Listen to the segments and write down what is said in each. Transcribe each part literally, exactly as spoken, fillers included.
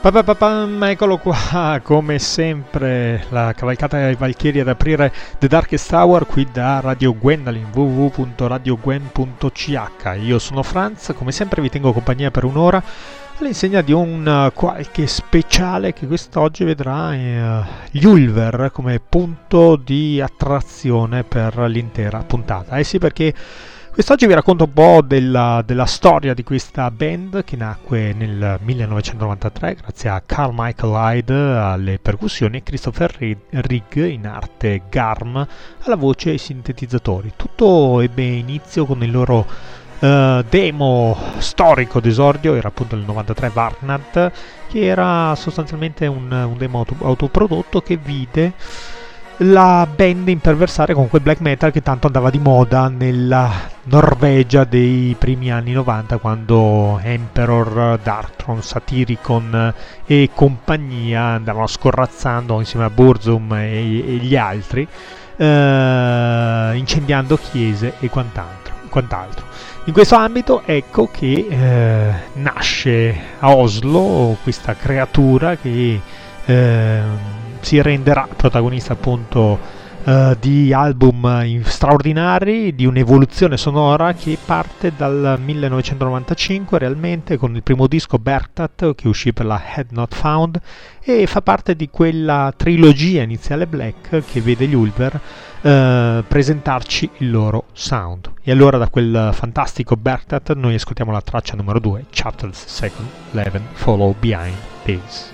Pa-pa-pa-pam, eccolo qua, come sempre, la cavalcata dei Valchieri ad aprire The Darkest Hour qui da Radio Gwendolyn, w w w punto radio gwen punto c h. Io sono Franz, come sempre vi tengo compagnia per un'ora all'insegna di un uh, qualche speciale che quest'oggi vedrà uh, gli Ulver come punto di attrazione per l'intera puntata. Eh sì, perché quest'oggi vi racconto un po' della, della storia di questa band che nacque nel millenovecentonovantatré grazie a Carl Michael Hyde alle percussioni e Christopher Rigg in arte Garm alla voce e ai sintetizzatori. Tutto ebbe inizio con il loro uh, demo storico d'esordio, era appunto il novantatré Varnat, che era sostanzialmente un, un demo auto, autoprodotto che vide la band imperversare con quel black metal che tanto andava di moda nella Norvegia dei primi anni novanta, quando Emperor, Darkthrone, Satyricon e compagnia andavano scorrazzando insieme a Burzum e, e gli altri, eh, incendiando chiese e quant'altro, quant'altro. In questo ambito ecco che eh, nasce a Oslo questa creatura che eh, si renderà protagonista appunto uh, di album straordinari, di un'evoluzione sonora che parte dal millenovecentonovantacinque realmente con il primo disco Bergtat che uscì per la Head Not Found e fa parte di quella trilogia iniziale Black che vede gli Ulver uh, presentarci il loro sound. E allora da quel fantastico Bergtat noi ascoltiamo la traccia numero due, Chapters Second Eleven, Follow Behind This.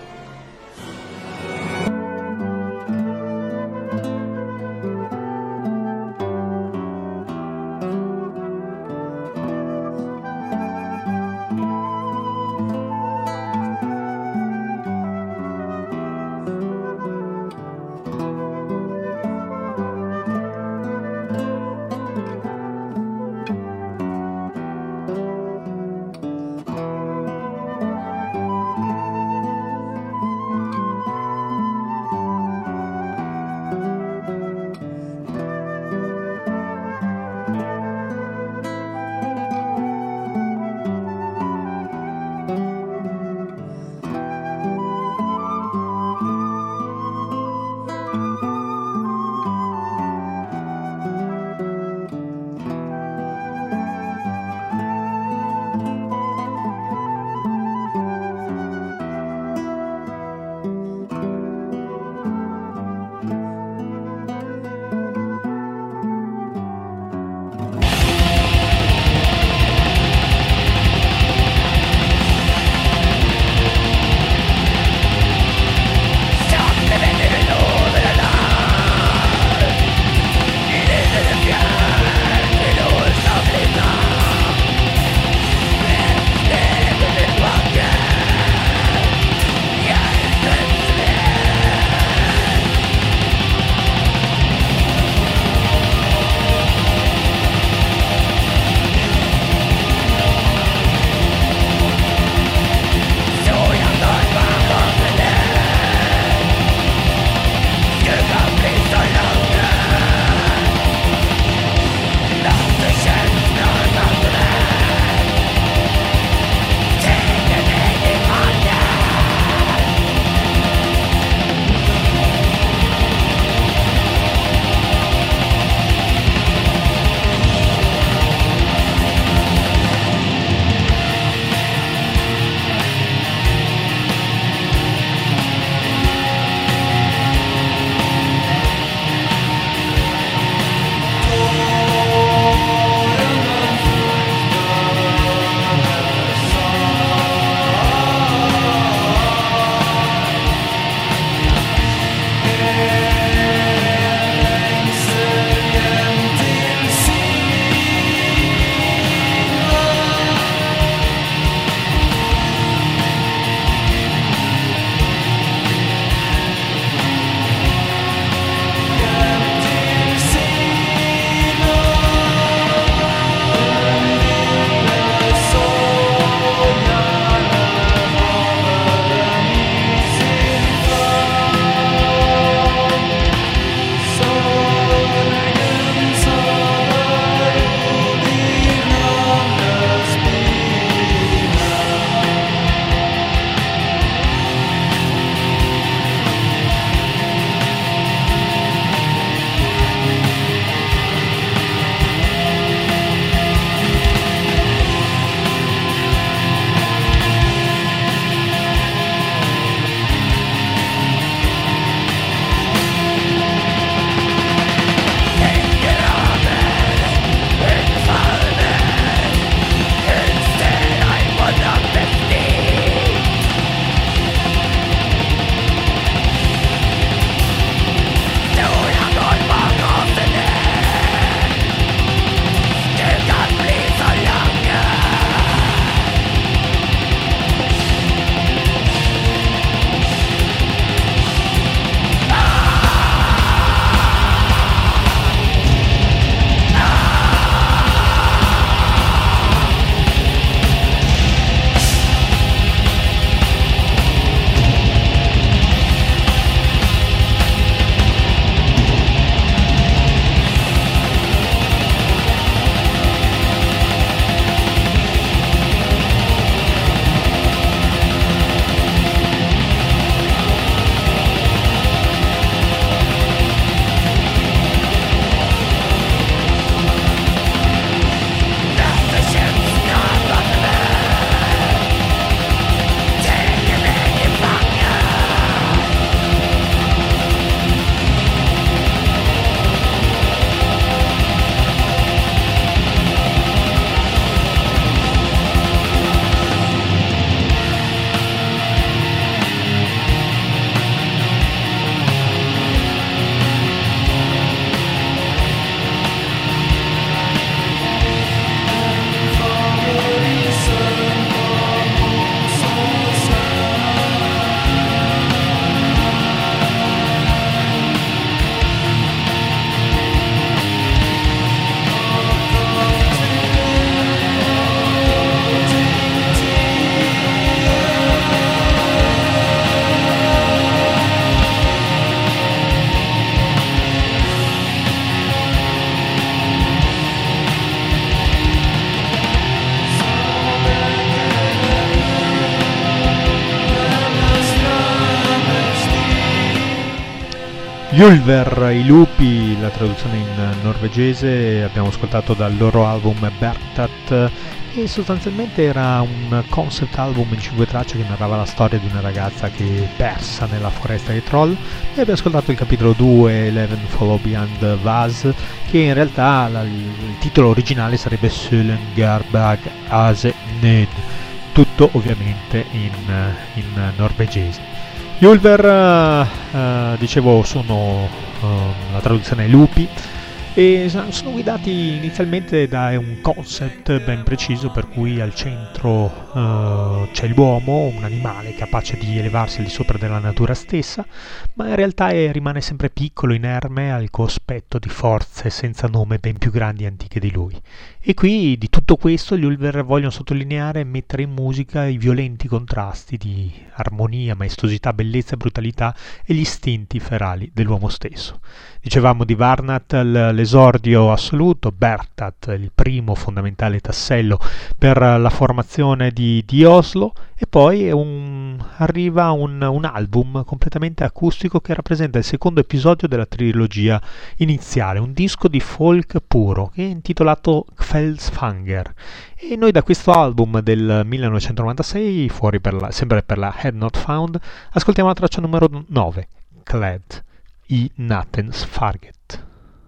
Ulver, i lupi, la traduzione in norvegese, abbiamo ascoltato dal loro album Bertat, e sostanzialmente era un concept album in cinque tracce che narrava la storia di una ragazza che è persa nella foresta dei troll, e abbiamo ascoltato il capitolo due, Eleven Follow Beyond Vaz, che in realtà la, il titolo originale sarebbe Sulen Gerbag Ase Ned, tutto ovviamente in, in norvegese. Gli Ulver, uh, uh, dicevo, sono uh, la traduzione ai lupi, e sono guidati inizialmente da un concept ben preciso, per cui al centro uh, c'è l'uomo, un animale capace di elevarsi al di sopra della natura stessa, ma in realtà è, rimane sempre piccolo, inerme, al cospetto di forze senza nome ben più grandi e antiche di lui. E qui di tutto questo gli Ulver vogliono sottolineare e mettere in musica i violenti contrasti di armonia, maestosità, bellezza e brutalità, e gli istinti ferali dell'uomo stesso. Dicevamo di Varnat l'esordio assoluto, Bertat il primo fondamentale tassello per la formazione di, di Oslo, e poi un, arriva un, un album completamente acustico che rappresenta il secondo episodio della trilogia iniziale, un disco di folk puro che è intitolato Kveldsfanger. E noi da questo album del millenovecentonovantasei, fuori per la, sempre per la Had Not Found, ascoltiamo la traccia numero nove, Clad i Nattensfarget.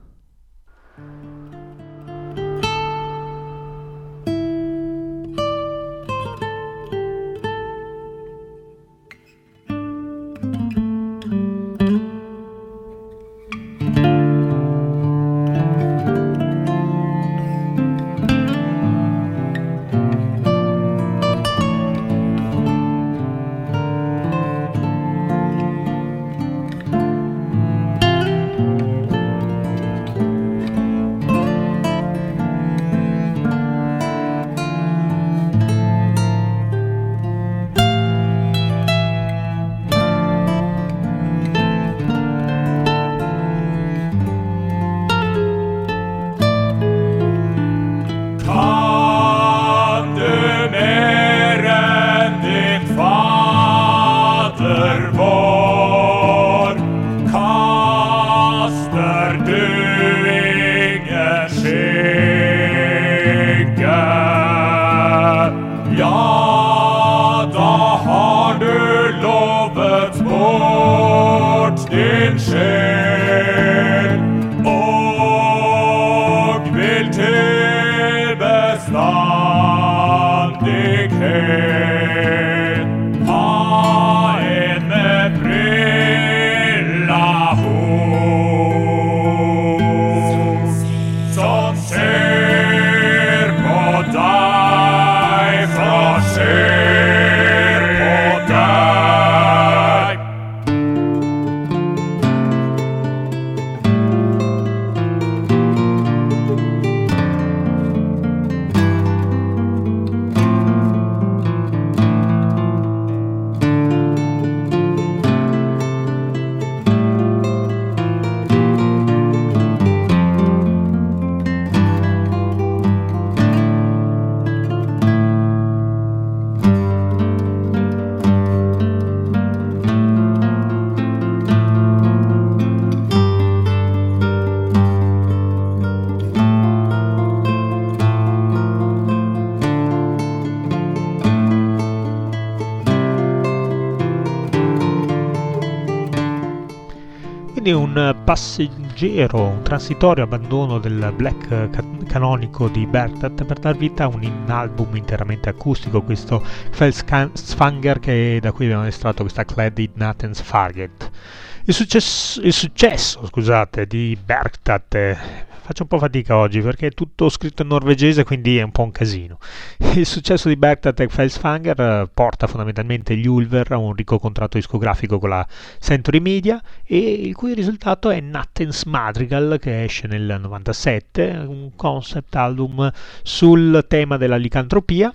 Un passeggero, un transitorio abbandono del black canonico di Bertat per dar vita a un album interamente acustico, questo Kveldsfanger, che da cui abbiamo estratto questa Clad i Nattensfarget. Il successo, il successo scusate, di Bertat, faccio un po' fatica oggi perché è tutto scritto in norvegese, quindi è un po' un casino. Il successo di Bertat e Kveldsfanger porta fondamentalmente gli Ulver a un ricco contratto discografico con la Century Media, e il cui risultato è Nattens Madrigal, che esce nel novantasette, un concept album sul tema della licantropia.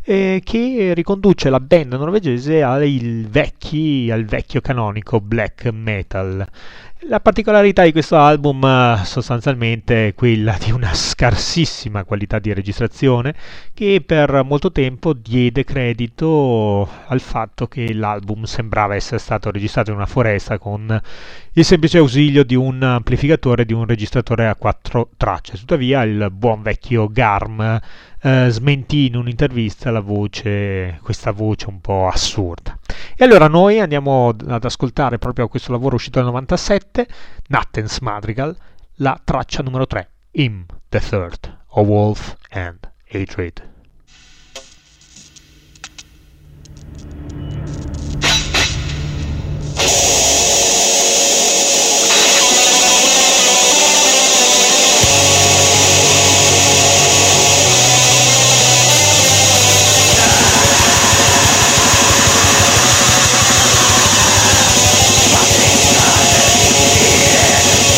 eh, che riconduce la band norvegese al, vecchi, al vecchio canonico black metal. La particolarità di questo album eh, sostanzialmente è quella di una scarsissima qualità di registrazione, che per molto tempo diede credito al fatto che l'album sembrava essere stato registrato in una foresta con il semplice ausilio di un amplificatore e di un registratore a quattro tracce. Tuttavia il buon vecchio Garm eh, smentì in un'intervista la voce, questa voce un po' assurda. E allora noi andiamo ad ascoltare proprio questo lavoro uscito nel novantasette, Nattens Madrigal, la traccia numero tre, Him, the Third, A Wolf and Hatred.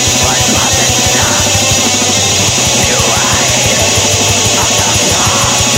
You are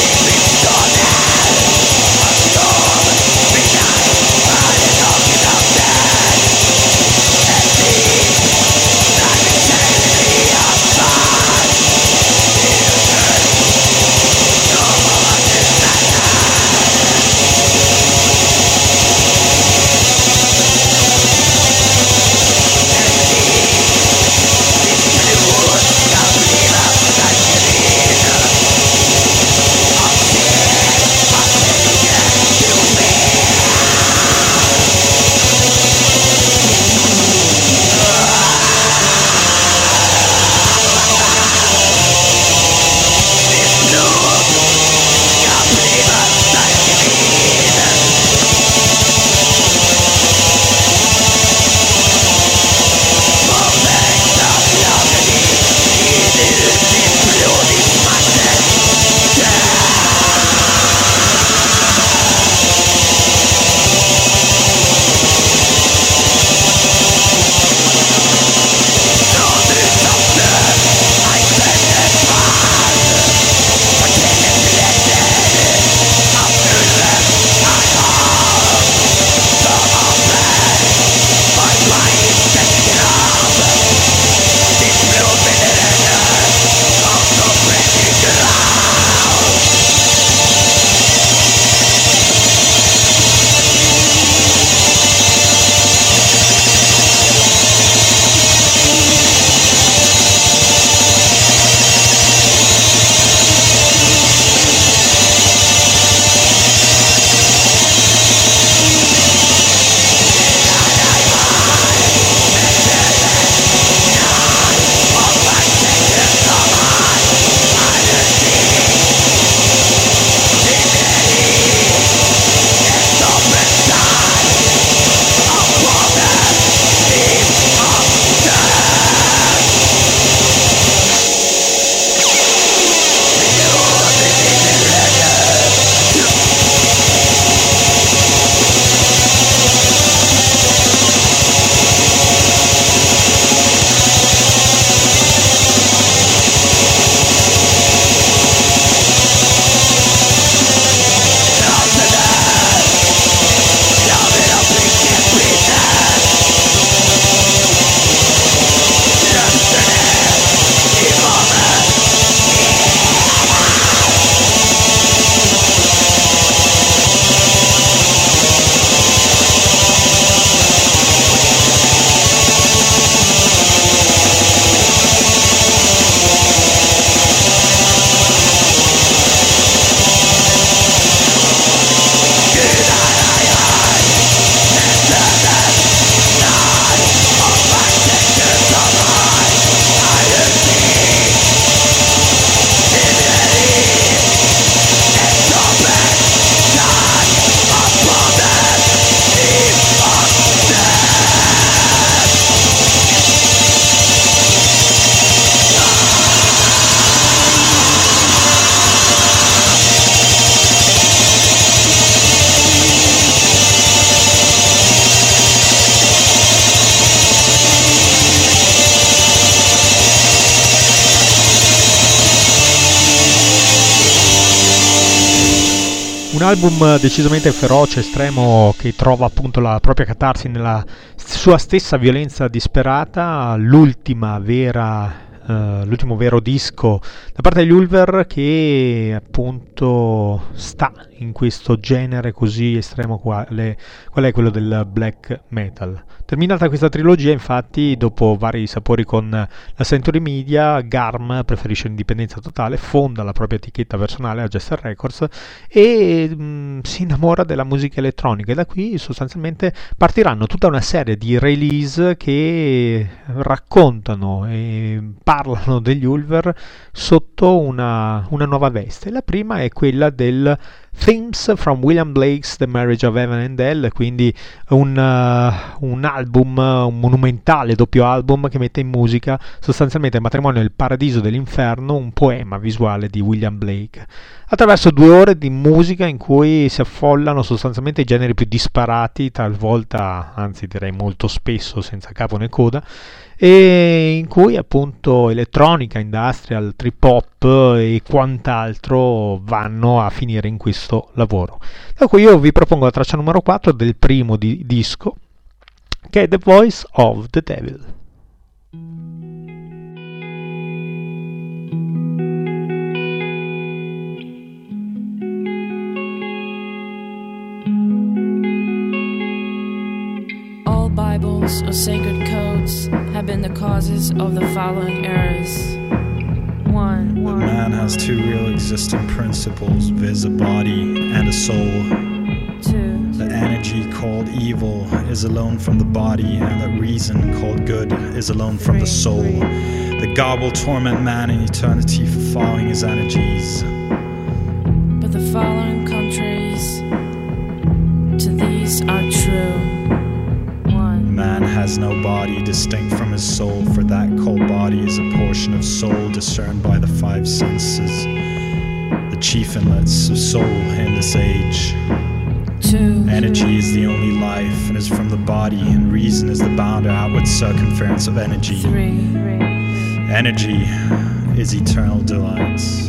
album decisamente feroce, estremo, che trova appunto la propria catarsi nella sua stessa violenza disperata, l'ultima vera Uh, l'ultimo vero disco da parte degli Ulver, che appunto sta in questo genere così estremo quale, qual è quello del black metal. Terminata questa trilogia, infatti, dopo vari sapori con la Century Media, Garm preferisce l'indipendenza totale, fonda la propria etichetta personale a Jester Records e mh, si innamora della musica elettronica, e da qui sostanzialmente partiranno tutta una serie di release che raccontano e parlano degli Ulver sotto una, una nuova veste. La prima è quella del Themes from William Blake's The Marriage of Heaven and Hell, quindi un, uh, un album, un monumentale doppio album che mette in musica sostanzialmente il matrimonio del paradiso e dell'inferno, un poema visuale di William Blake, attraverso due ore di musica in cui si affollano sostanzialmente i generi più disparati, talvolta, anzi direi molto spesso, senza capo né coda, e in cui appunto elettronica, industrial, trip hop e quant'altro vanno a finire in questo lavoro. Da cui io vi propongo la traccia numero quattro del primo di- disco, che è The Voice of the Devil. Bibles or sacred codes have been the causes of the following errors. One, one. That man has two real existing principles, viz. A body and a soul. Two. The energy called evil is alone from the body, and the reason called good is alone from the soul. The God will torment man in eternity for following his energies. But the following contraries to these are true. Man has no body distinct from his soul, for that called body is a portion of soul discerned by the five senses, the chief inlets of soul in this age. Two. Energy is the only life and is from the body, and reason is the bound or outward circumference of energy. Three. Energy is eternal delights.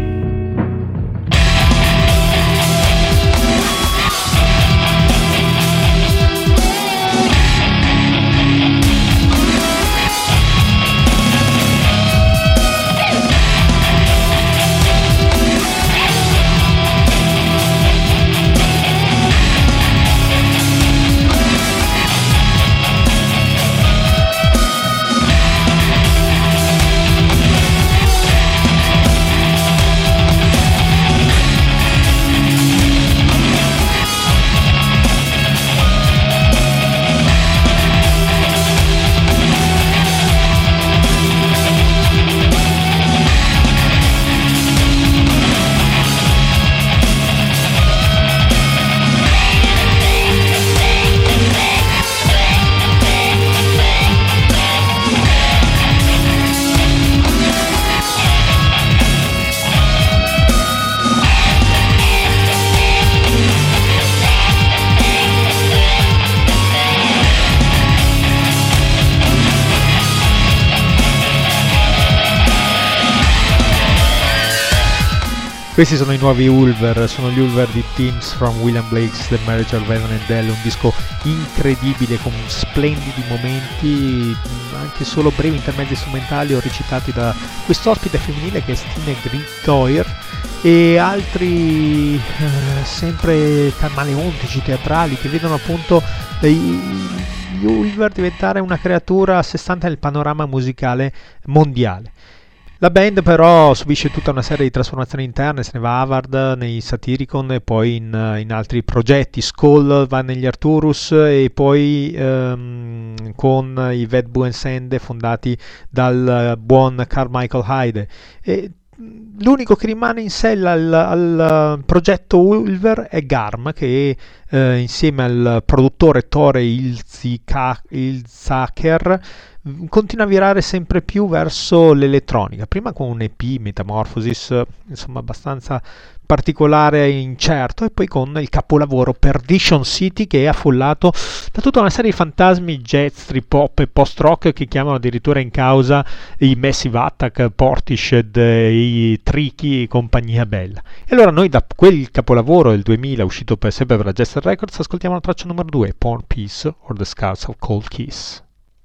Questi sono i nuovi Ulver, sono gli Ulver di Themes from William Blake's The Marriage of Heaven and Hell, un disco incredibile con splendidi momenti, anche solo brevi intermedi strumentali o recitati da quest'ospite femminile che è Stine Gritoir, e altri eh, sempre camaleontici, teatrali, che vedono appunto gli Ulver diventare una creatura a sé stante nel panorama musicale mondiale. La band però subisce tutta una serie di trasformazioni interne, se ne va a Harvard nei Satyricon e poi in, in altri progetti. Skull va negli Arturus e poi um, con i Ved Buensende fondati dal buon Carmichael Hyde. E l'unico che rimane in sella al, al progetto Ulver è Garm, che eh, insieme al produttore Tore Ilzaker continua a virare sempre più verso l'elettronica, prima con un E P, Metamorphosis, insomma abbastanza particolare e incerto, e poi con il capolavoro Perdition City, che ha affollato da tutta una serie di fantasmi jazz, trip hop e post rock che chiamano addirittura in causa i Massive Attack, Portishead, i Tricky e compagnia bella. E allora noi da quel capolavoro del duemila uscito per sempre per la Jester Records ascoltiamo la traccia numero due, Porn Peace or the Scars of Cold Kiss.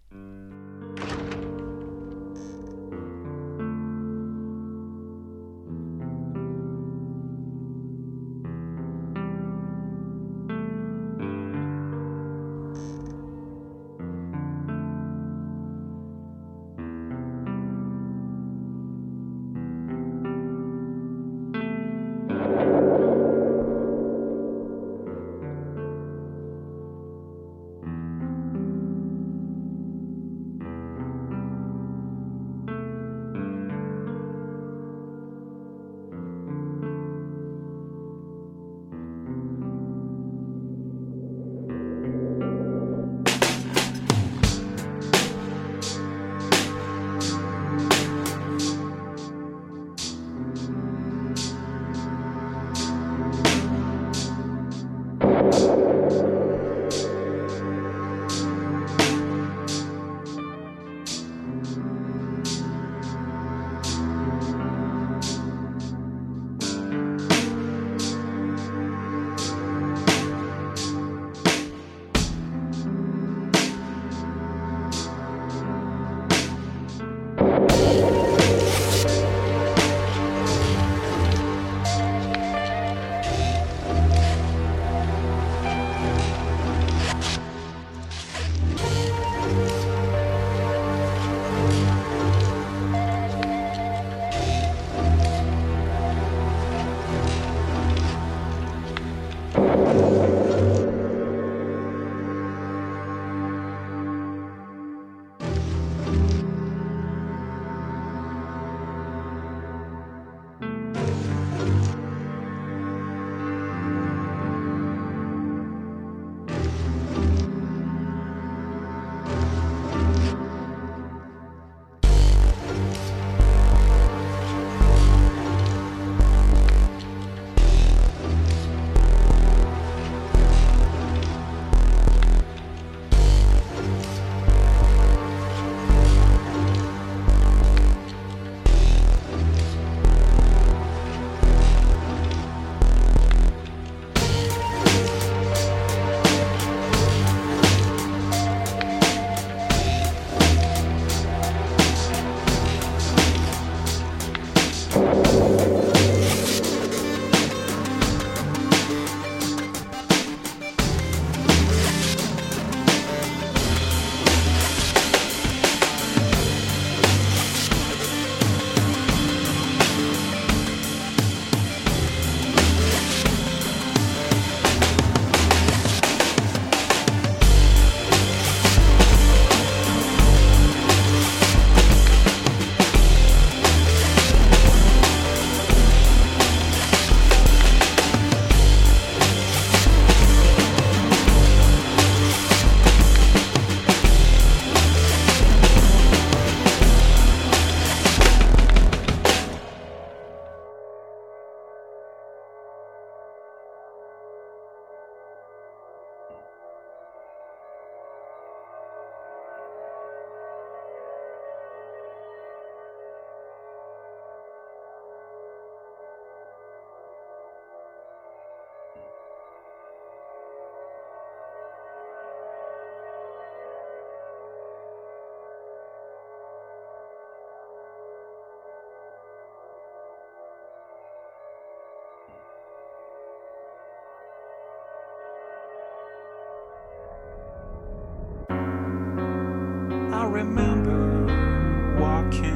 remember walking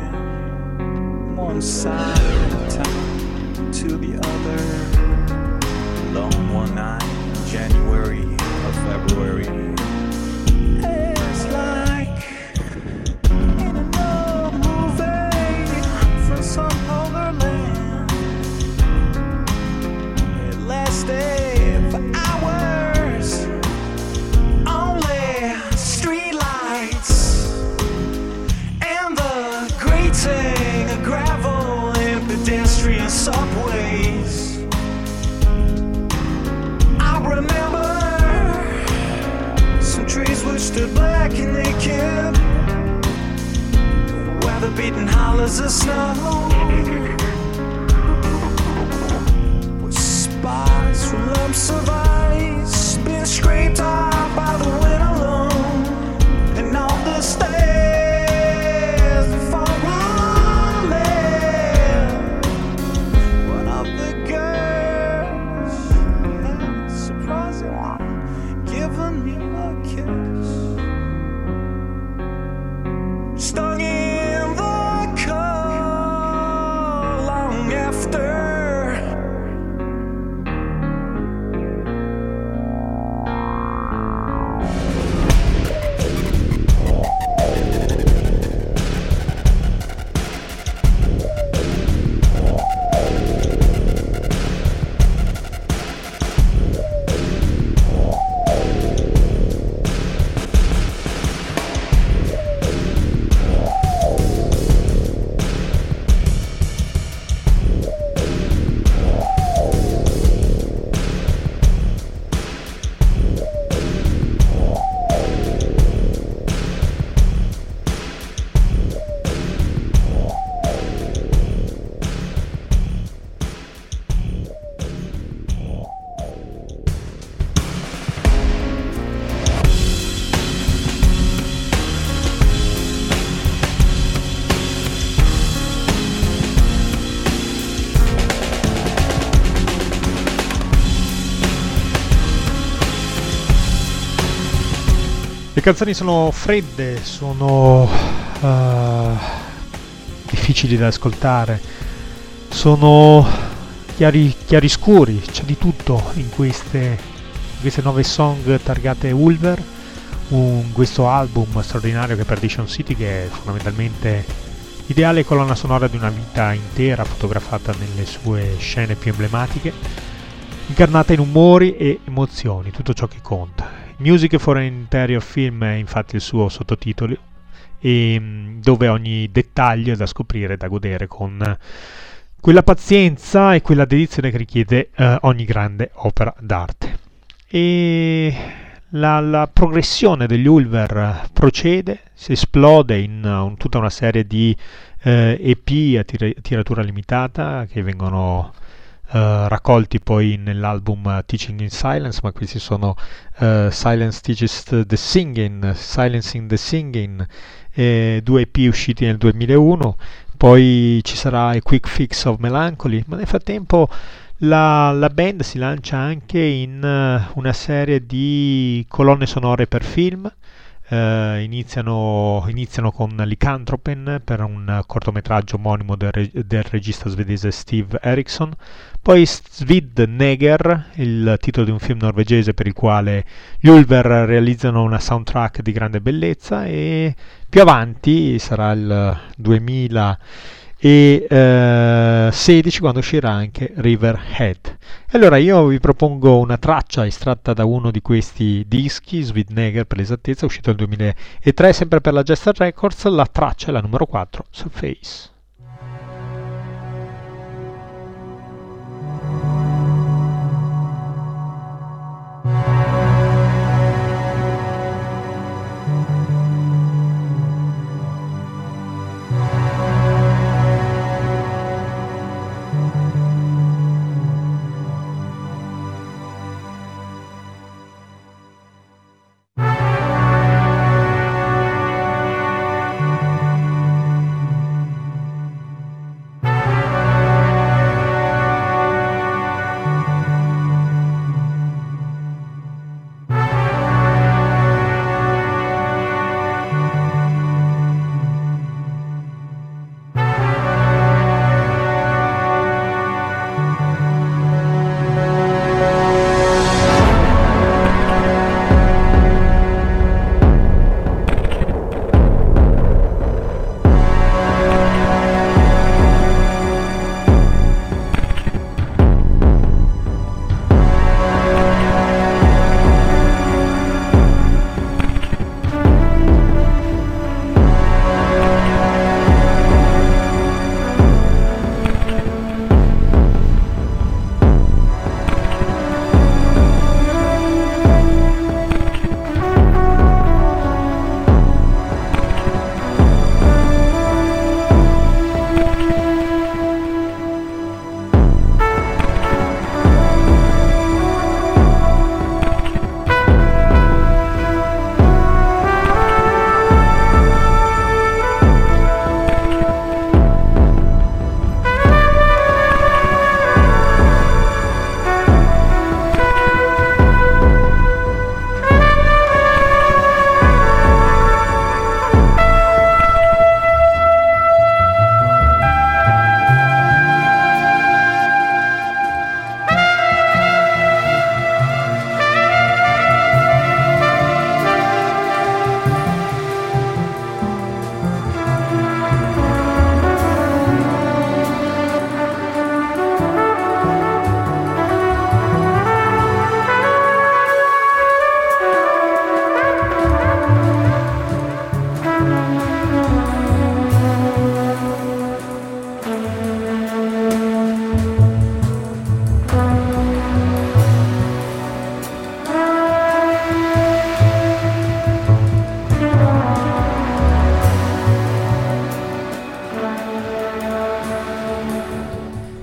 from one side of town to the other, alone one night in January or February. It's like in an old movie from some other land. It lasted for hours, only street lights and the grating of gravel in pedestrian subways. I remember some stood black and naked, weather-beaten hollows of snow, with spots from lumps of ice being scraped off by the wind alone, and on the stairs before rolling, one of the girls had surprisingly given me a kiss, stung in the cold long after. Le canzoni sono fredde, sono uh, difficili da ascoltare, sono chiari, chiaroscuri, c'è di tutto in queste, in queste nove song targate Ulver, un, questo album straordinario che è Perdition City, che è fondamentalmente l'ideale colonna sonora di una vita intera fotografata nelle sue scene più emblematiche, incarnata in umori e emozioni, tutto ciò che conta. Music for an Interior Film è infatti il suo sottotitolo, e, dove ogni dettaglio è da scoprire e da godere con quella pazienza e quella dedizione che richiede eh, ogni grande opera d'arte. E la, la progressione degli Ulver procede, si esplode in uh, tutta una serie di uh, E P a tir- tiratura limitata che vengono Uh, raccolti poi nell'album uh, Teaching in Silence, ma questi sono uh, Silence Teaches the Singing, Silencing the Singing, eh, due E P usciti nel duemilauno, poi ci sarà A Quick Fix of Melancholy, ma nel frattempo la, la band si lancia anche in uh, una serie di colonne sonore per film. Uh, iniziano, iniziano con Lycanthropen per un cortometraggio omonimo del, re- del regista svedese Steve Eriksson, poi Svidneger, il titolo di un film norvegese per il quale gli Ulver realizzano una soundtrack di grande bellezza, e più avanti sarà il duemilasedici quando uscirà anche Riverhead. E allora io vi propongo una traccia estratta da uno di questi dischi, Svidneger per l'esattezza, uscito nel duemilatré, sempre per la Jester Records. La traccia è la numero quattro, Surface.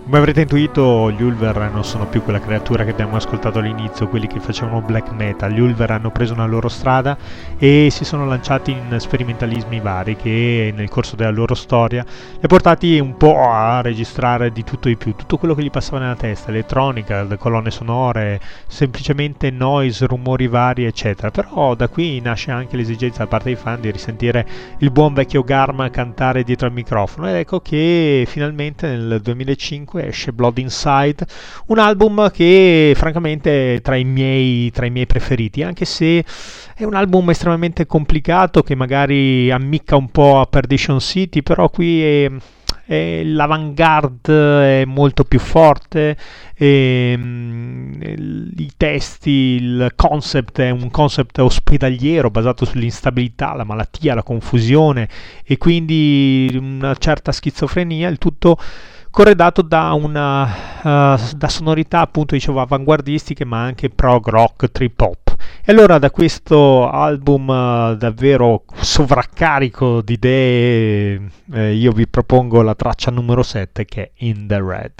Come avrete intuito, gli Ulver non sono più quella creatura che abbiamo ascoltato all'inizio, quelli che facevano black metal. Gli Ulver hanno preso una loro strada e si sono lanciati in sperimentalismi vari che nel corso della loro storia li ha portati un po' a registrare di tutto e di più, tutto quello che gli passava nella testa, elettronica, colonne sonore, semplicemente noise, rumori vari, eccetera. Però da qui nasce anche l'esigenza da parte dei fan di risentire il buon vecchio Garma cantare dietro al microfono, ed ecco che finalmente nel duemilacinque esce Blood Inside, un album che francamente è tra i miei, tra i miei preferiti, anche se è un album estremamente complicato che magari ammicca un po' a Perdition City, però qui è, è l'avant-garde è molto più forte, e, mm, i testi, il concept è un concept ospedaliero basato sull'instabilità, la malattia, la confusione e quindi una certa schizofrenia, il tutto corredato da una uh, da sonorità, appunto dicevo, avanguardistiche, ma anche prog rock, trip hop. E allora da questo album uh, davvero sovraccarico di idee eh, io vi propongo la traccia numero sette, che è In the Red.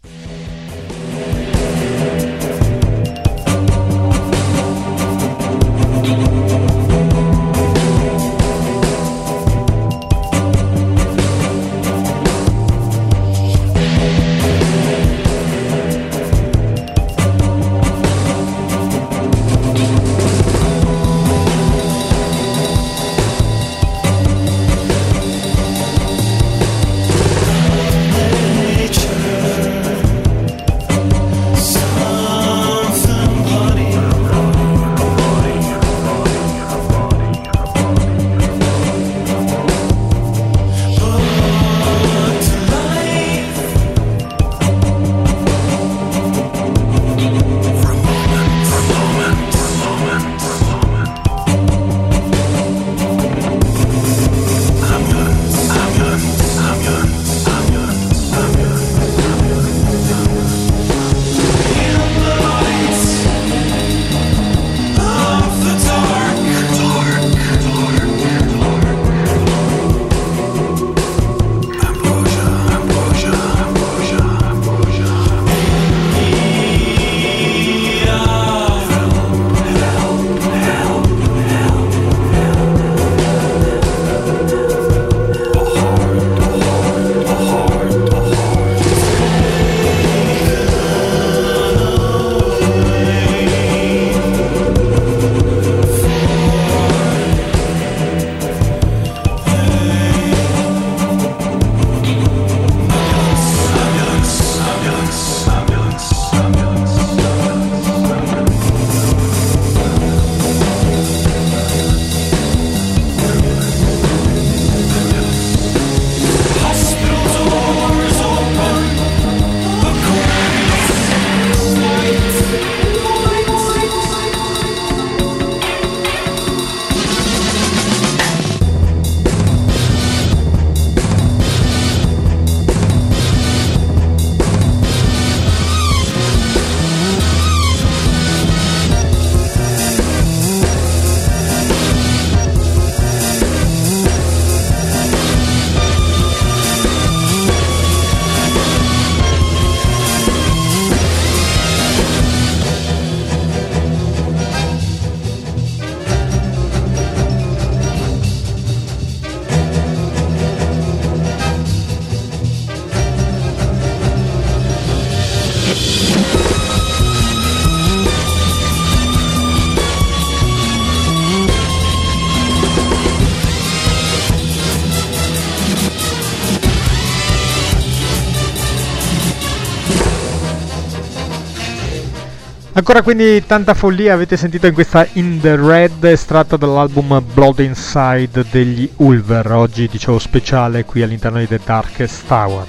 Ancora quindi tanta follia avete sentito in questa In the Red, estratta dall'album Blood Inside degli Ulver, oggi dicevo speciale qui all'interno di The Darkest Tower.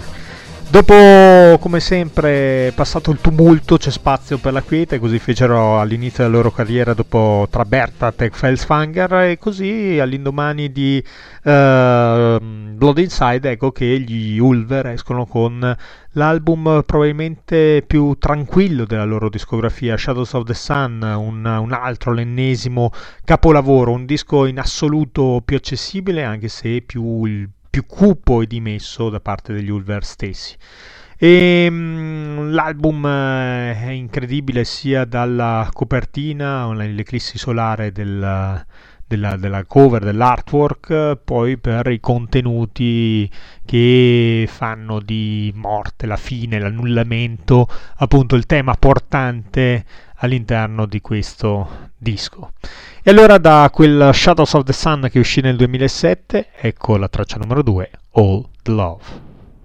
Dopo, come sempre, passato il tumulto, c'è spazio per la quiete, così fecero all'inizio della loro carriera dopo tra Bertat e Felsfanger, e così all'indomani di uh, Blood Inside ecco che gli Ulver escono con l'album probabilmente più tranquillo della loro discografia, Shadows of the Sun, un, un altro, l'ennesimo capolavoro, un disco in assoluto più accessibile anche se più il più cupo e dimesso da parte degli Ulver stessi. E mh, l'album è incredibile sia dalla copertina, l'eclissi solare del, della, della cover, dell'artwork, poi per i contenuti che fanno di morte, la fine, l'annullamento, appunto il tema portante all'interno di questo disco. E allora da quel Shadows of the Sun che uscì nel duemilasette, ecco la traccia numero due, All the Love.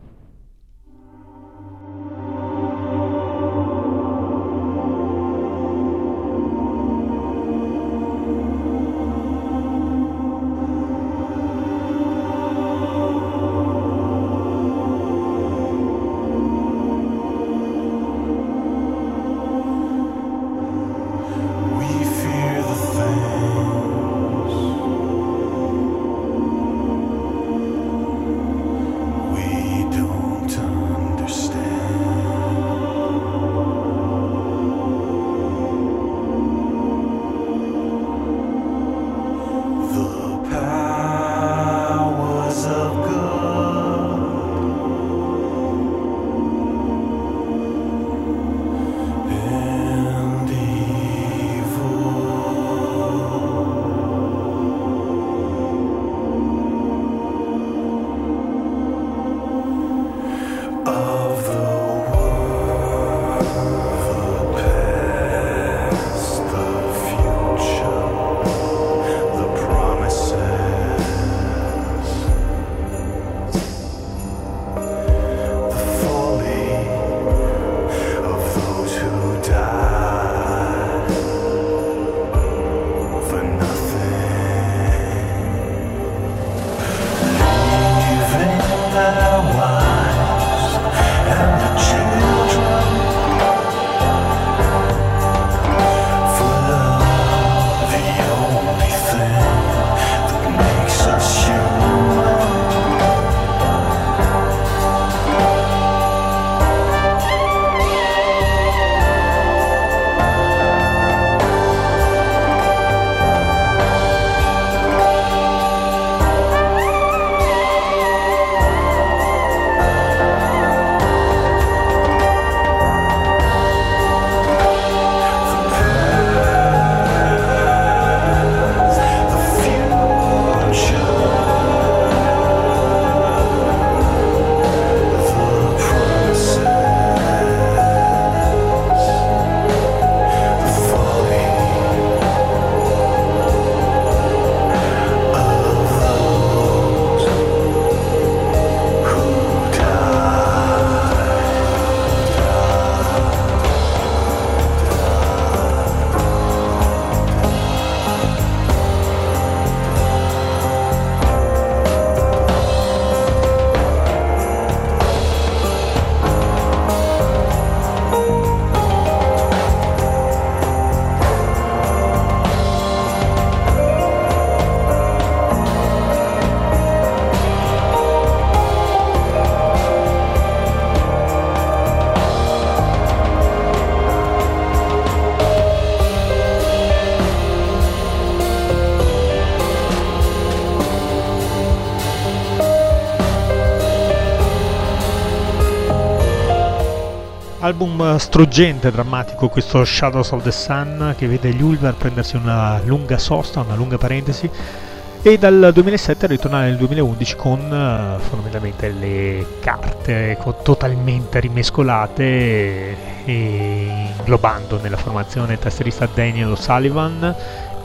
Album struggente, drammatico, questo Shadows of the Sun, che vede gli Ulver prendersi una lunga sosta, una lunga parentesi, e dal duemilasette ritornare nel duemilaundici con uh, fondamentalmente le carte co- totalmente rimescolate e, e inglobando nella formazione il tastierista Daniel O'Sullivan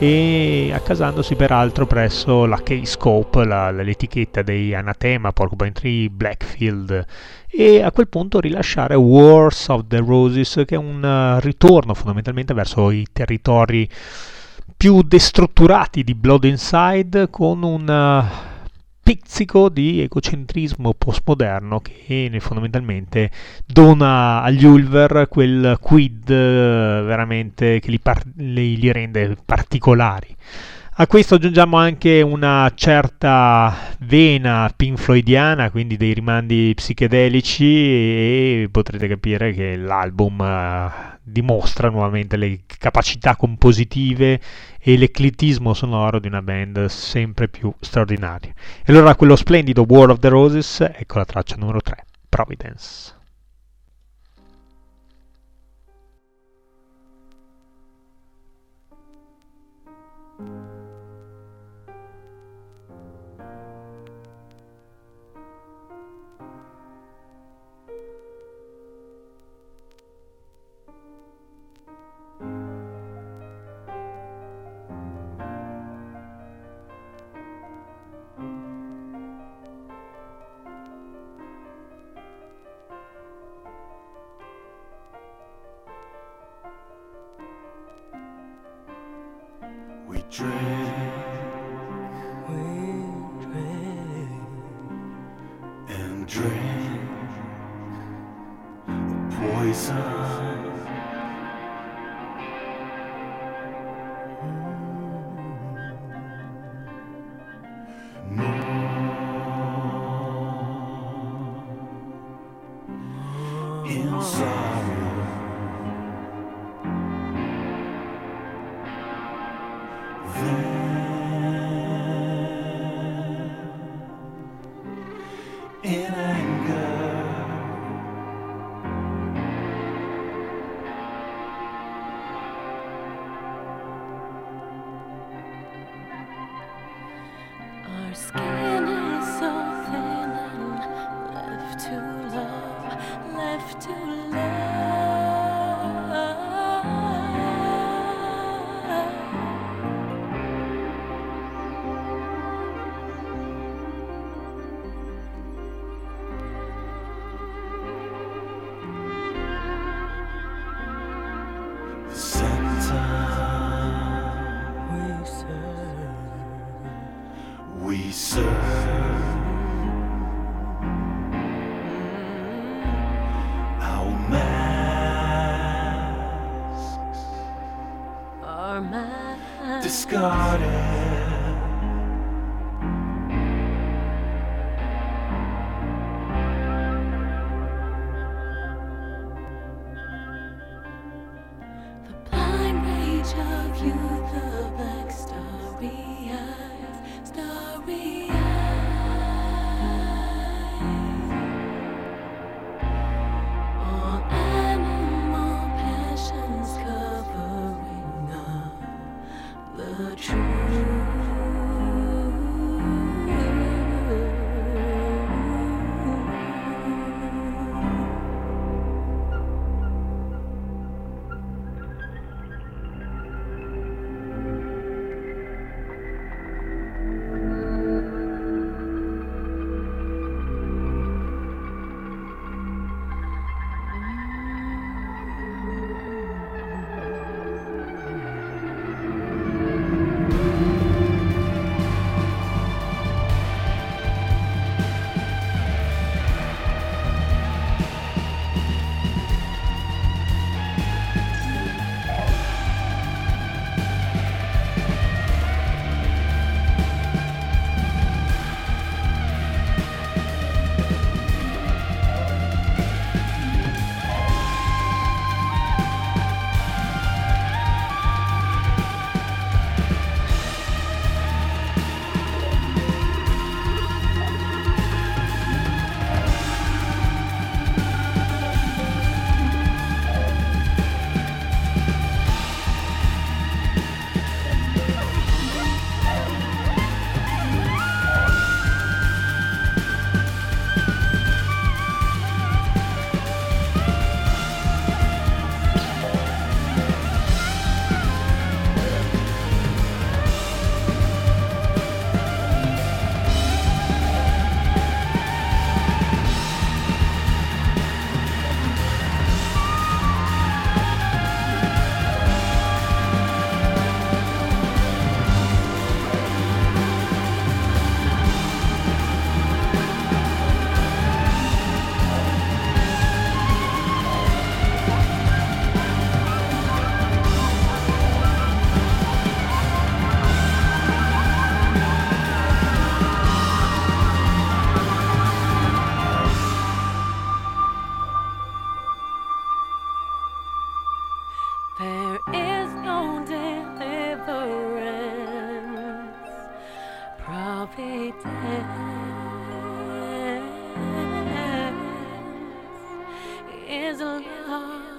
e accasandosi peraltro presso la K-Scope, la, l'etichetta dei Anathema, Porcupine Tree, Blackfield, e a quel punto rilasciare Wars of the Roses, che è un uh, ritorno fondamentalmente verso i territori più destrutturati di Blood Inside, con un uh, pizzico di egocentrismo postmoderno che fondamentalmente dona agli Ulver quel quid uh, veramente che li, par- li, li rende particolari. A questo aggiungiamo anche una certa vena Pink Floydiana, quindi dei rimandi psichedelici, e potrete capire che l'album uh, dimostra nuovamente le capacità compositive e l'eclettismo sonoro di una band sempre più straordinaria. E allora quello splendido War of the Roses, ecco la traccia numero tre, Providence. drink poison. In sorrow, then in anger, our skin is so thin and left to love, left to love. the center we serve, we serve. Our masks Our minds discarded. the blind rage of youth, the black starry eyes, starry eyes. All animal passions covering up the truth. There is no deliverance, providence is lost.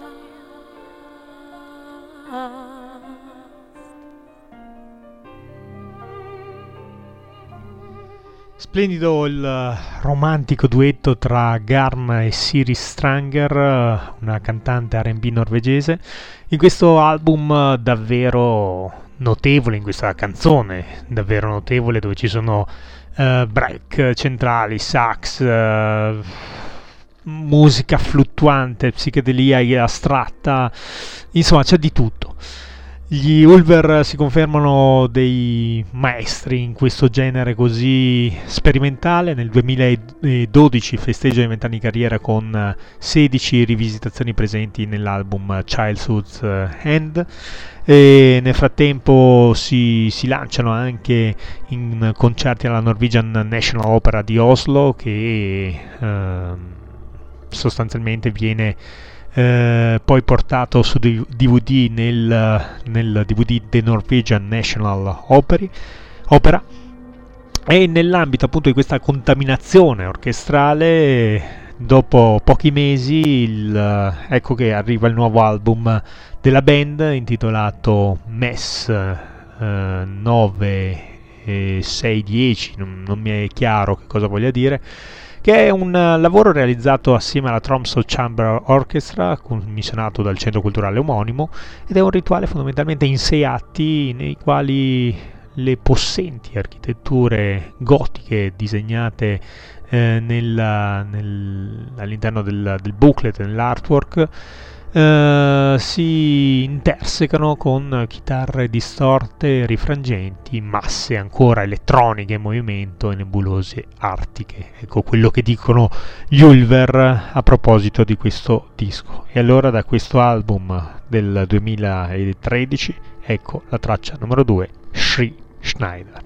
Splendido il romantico duetto tra Garm e Siri Stranger, una cantante R and B norvegese, in questo album davvero notevole, in questa canzone davvero notevole, dove ci sono uh, break centrali, sax, uh, musica fluttuante, psichedelia astratta, insomma c'è di tutto. Gli Ulver si confermano dei maestri in questo genere così sperimentale. Nel duemiladodici festeggiano i vent'anni di carriera con sedici rivisitazioni presenti nell'album Childhood's End, e nel frattempo si, si lanciano anche in concerti alla Norwegian National Opera di Oslo, che eh, sostanzialmente viene Eh, poi portato su D V D nel, nel D V D The Norwegian National Opera, Opera. E nell'ambito appunto di questa contaminazione orchestrale, dopo pochi mesi il, ecco che arriva il nuovo album della band intitolato Mess eh, nove sei dieci, non, non mi è chiaro che cosa voglia dire, che è un lavoro realizzato assieme alla Tromsø Chamber Orchestra, commissionato dal centro culturale omonimo, ed è un rituale fondamentalmente in sei atti nei quali le possenti architetture gotiche disegnate eh, nella, nel, all'interno del, del booklet, nell'artwork, Uh, si intersecano con chitarre distorte, rifrangenti, masse ancora elettroniche in movimento e nebulose artiche. Ecco quello che dicono gli Ulver a proposito di questo disco. E allora da questo album del duemilatredici ecco la traccia numero due, Shri Schneider.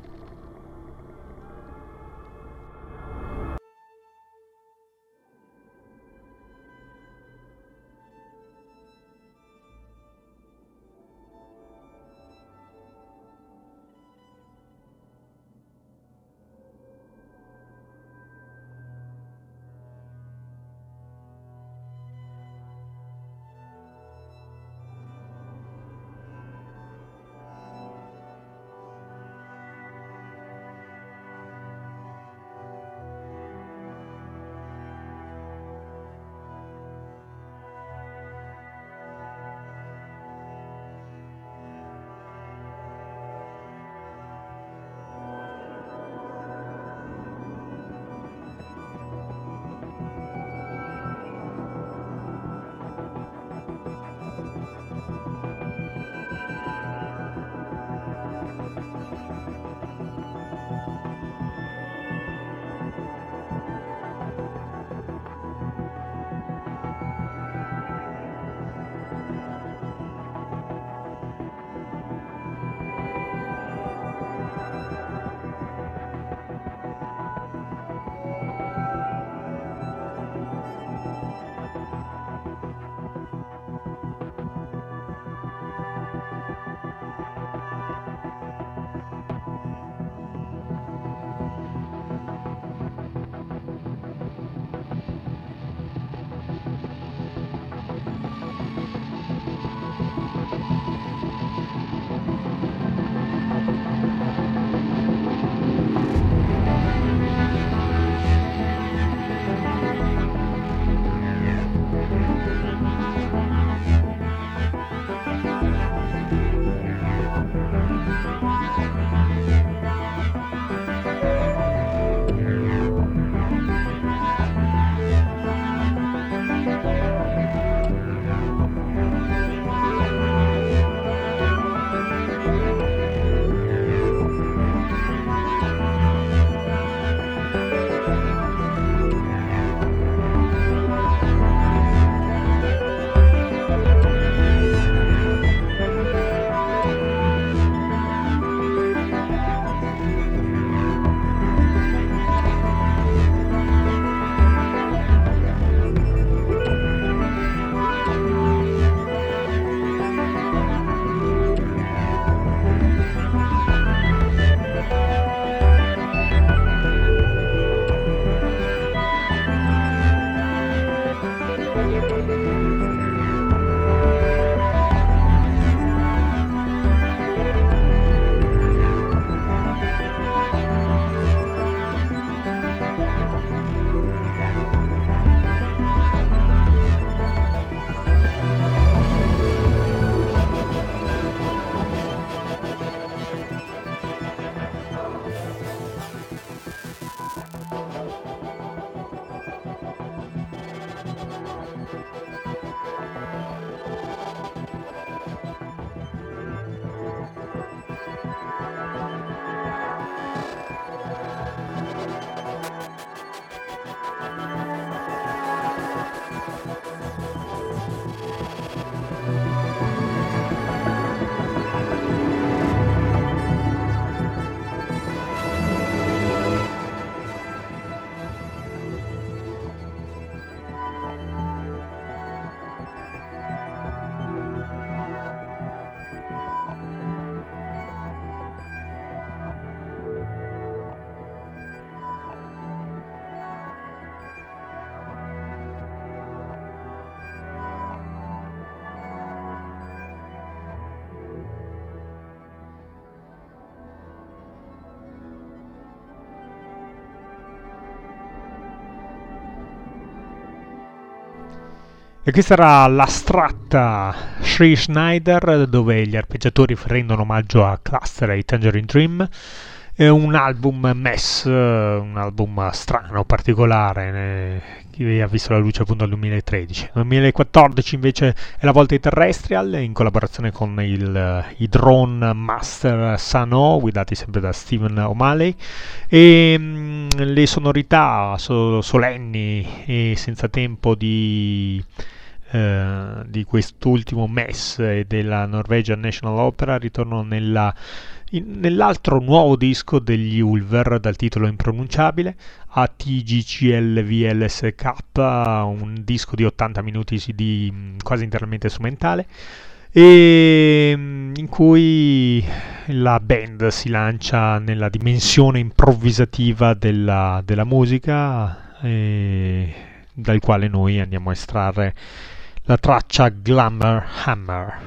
E questa era l'astratta Shri Schneider, dove gli arpeggiatori rendono omaggio a Cluster e Tangerine Dream. È un album mess, un album strano, particolare, che ha visto la luce appunto nel duemilatredici. Nel duemilaquattordici invece è la volta di Terrestrial, in collaborazione con il, i Drone Master Sano, guidati sempre da Stephen O'Malley, e mh, le sonorità so, solenni e senza tempo di... Uh, di quest'ultimo mess e della Norwegian National Opera ritornano nella, in, nell'altro nuovo disco degli Ulver dal titolo impronunciabile, A T G C L V L S K, un disco di ottanta minuti di quasi interamente strumentale, e in cui la band si lancia nella dimensione improvvisativa della, della musica, e dal quale noi andiamo a estrarre la traccia Glamour Hammer.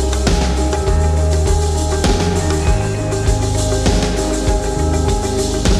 Thank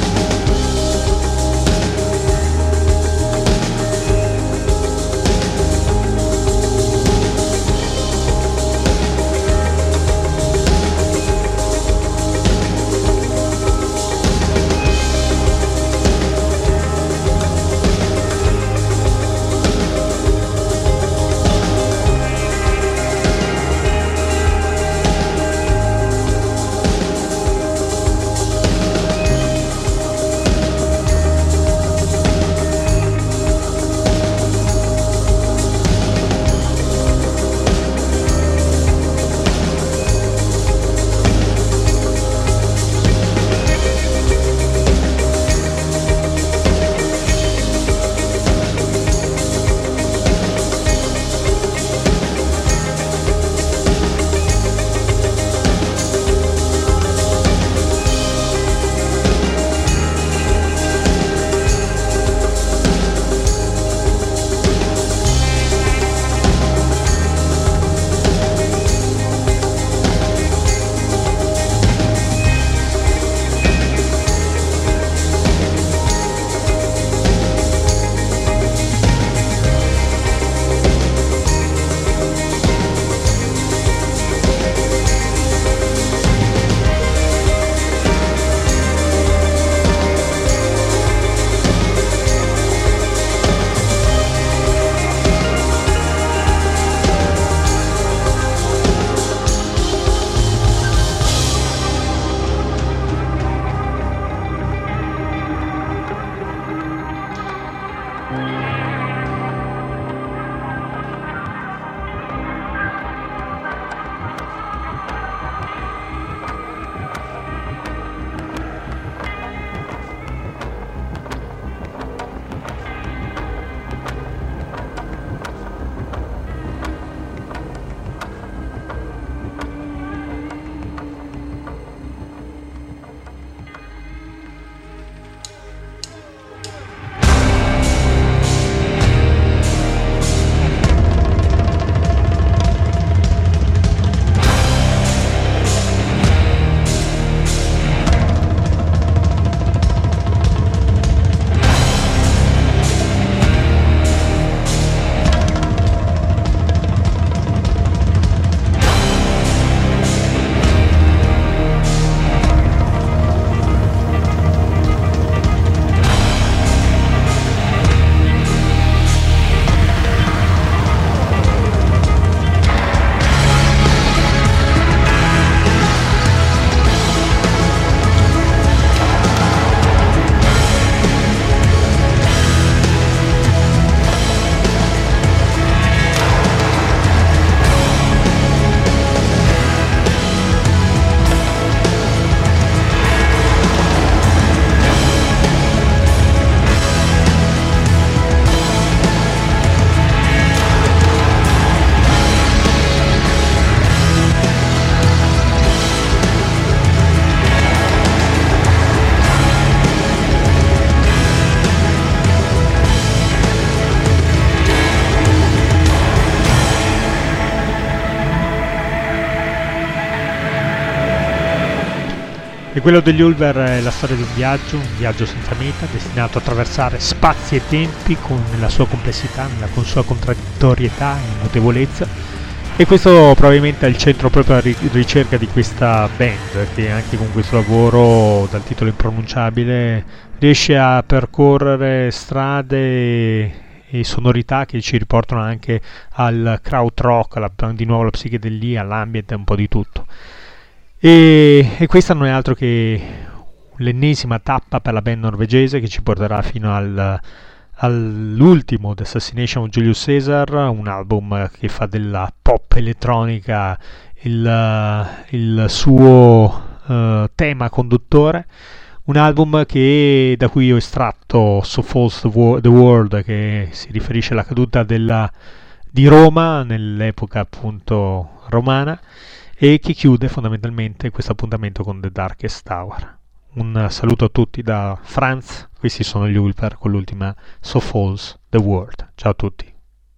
E quello degli Ulver è la storia di un viaggio, un viaggio senza meta, destinato a attraversare spazi e tempi con nella sua complessità, nella con sua contraddittorietà e mutevolezza. E questo probabilmente è il centro proprio della ricerca di questa band, che anche con questo lavoro dal titolo impronunciabile riesce a percorrere strade e sonorità che ci riportano anche al krautrock, alla, di nuovo alla psichedelia, all'ambient e un po' di tutto. E, e questa non è altro che l'ennesima tappa per la band norvegese che ci porterà fino al, all'ultimo The Assassination of Julius Caesar, un album che fa della pop elettronica il, il suo uh, tema conduttore, un album che, da cui ho estratto So Falls the, Wo- the World, che si riferisce alla caduta della, di Roma nell'epoca appunto romana, e che chiude fondamentalmente questo appuntamento con The Darkest Hour. Un saluto a tutti da Franz, questi sono gli Ulver con l'ultima So Falls the World. Ciao a tutti.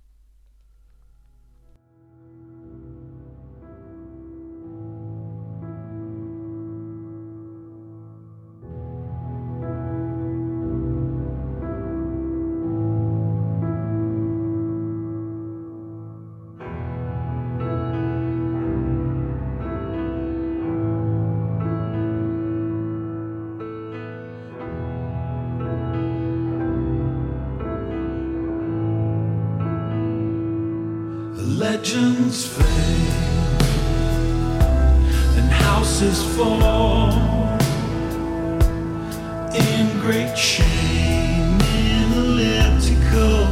Legends fade and houses fall in great shame in elliptical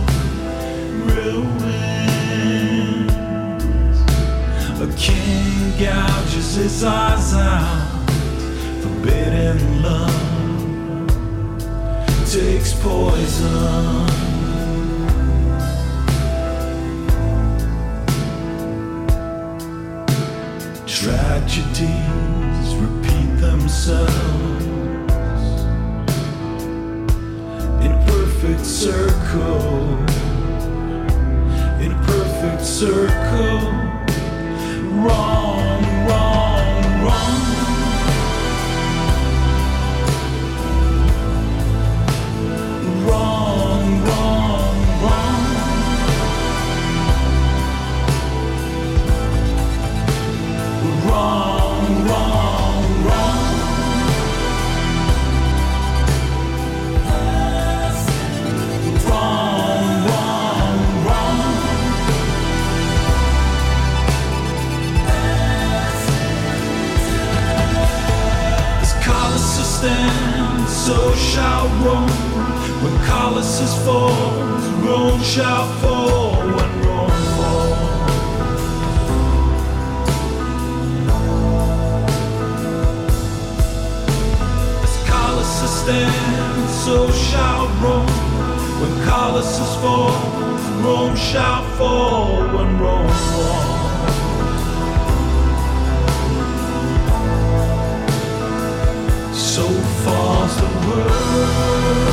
ruins. A king gouges his eyes out, forbidden love takes poison. Tragedies repeat themselves in perfect circle, in perfect circle. Wrong, wrong, wrong. Wrong, wrong, wrong. Wrong, wrong, wrong. Wrong, wrong, wrong. As Colossus stands, so shall Rome. When Colossus falls, Rome shall fall. When Rome falls. Stand, so shall Rome. When Colossus falls, Rome shall fall. When Rome falls, so falls the world.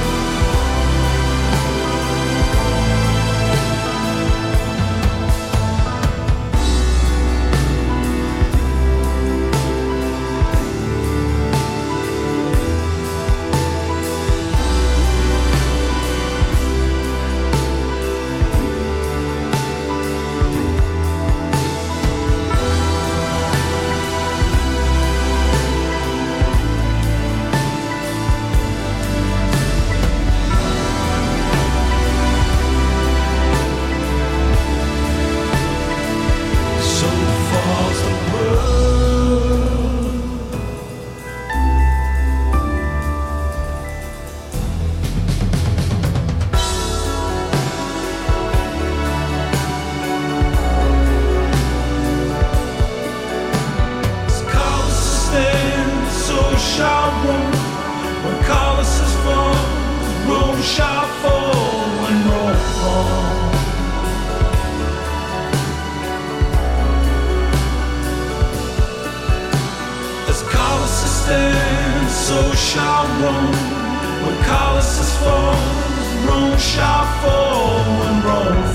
So shall Rome. When Colossus falls, Rome shall fall. When Rome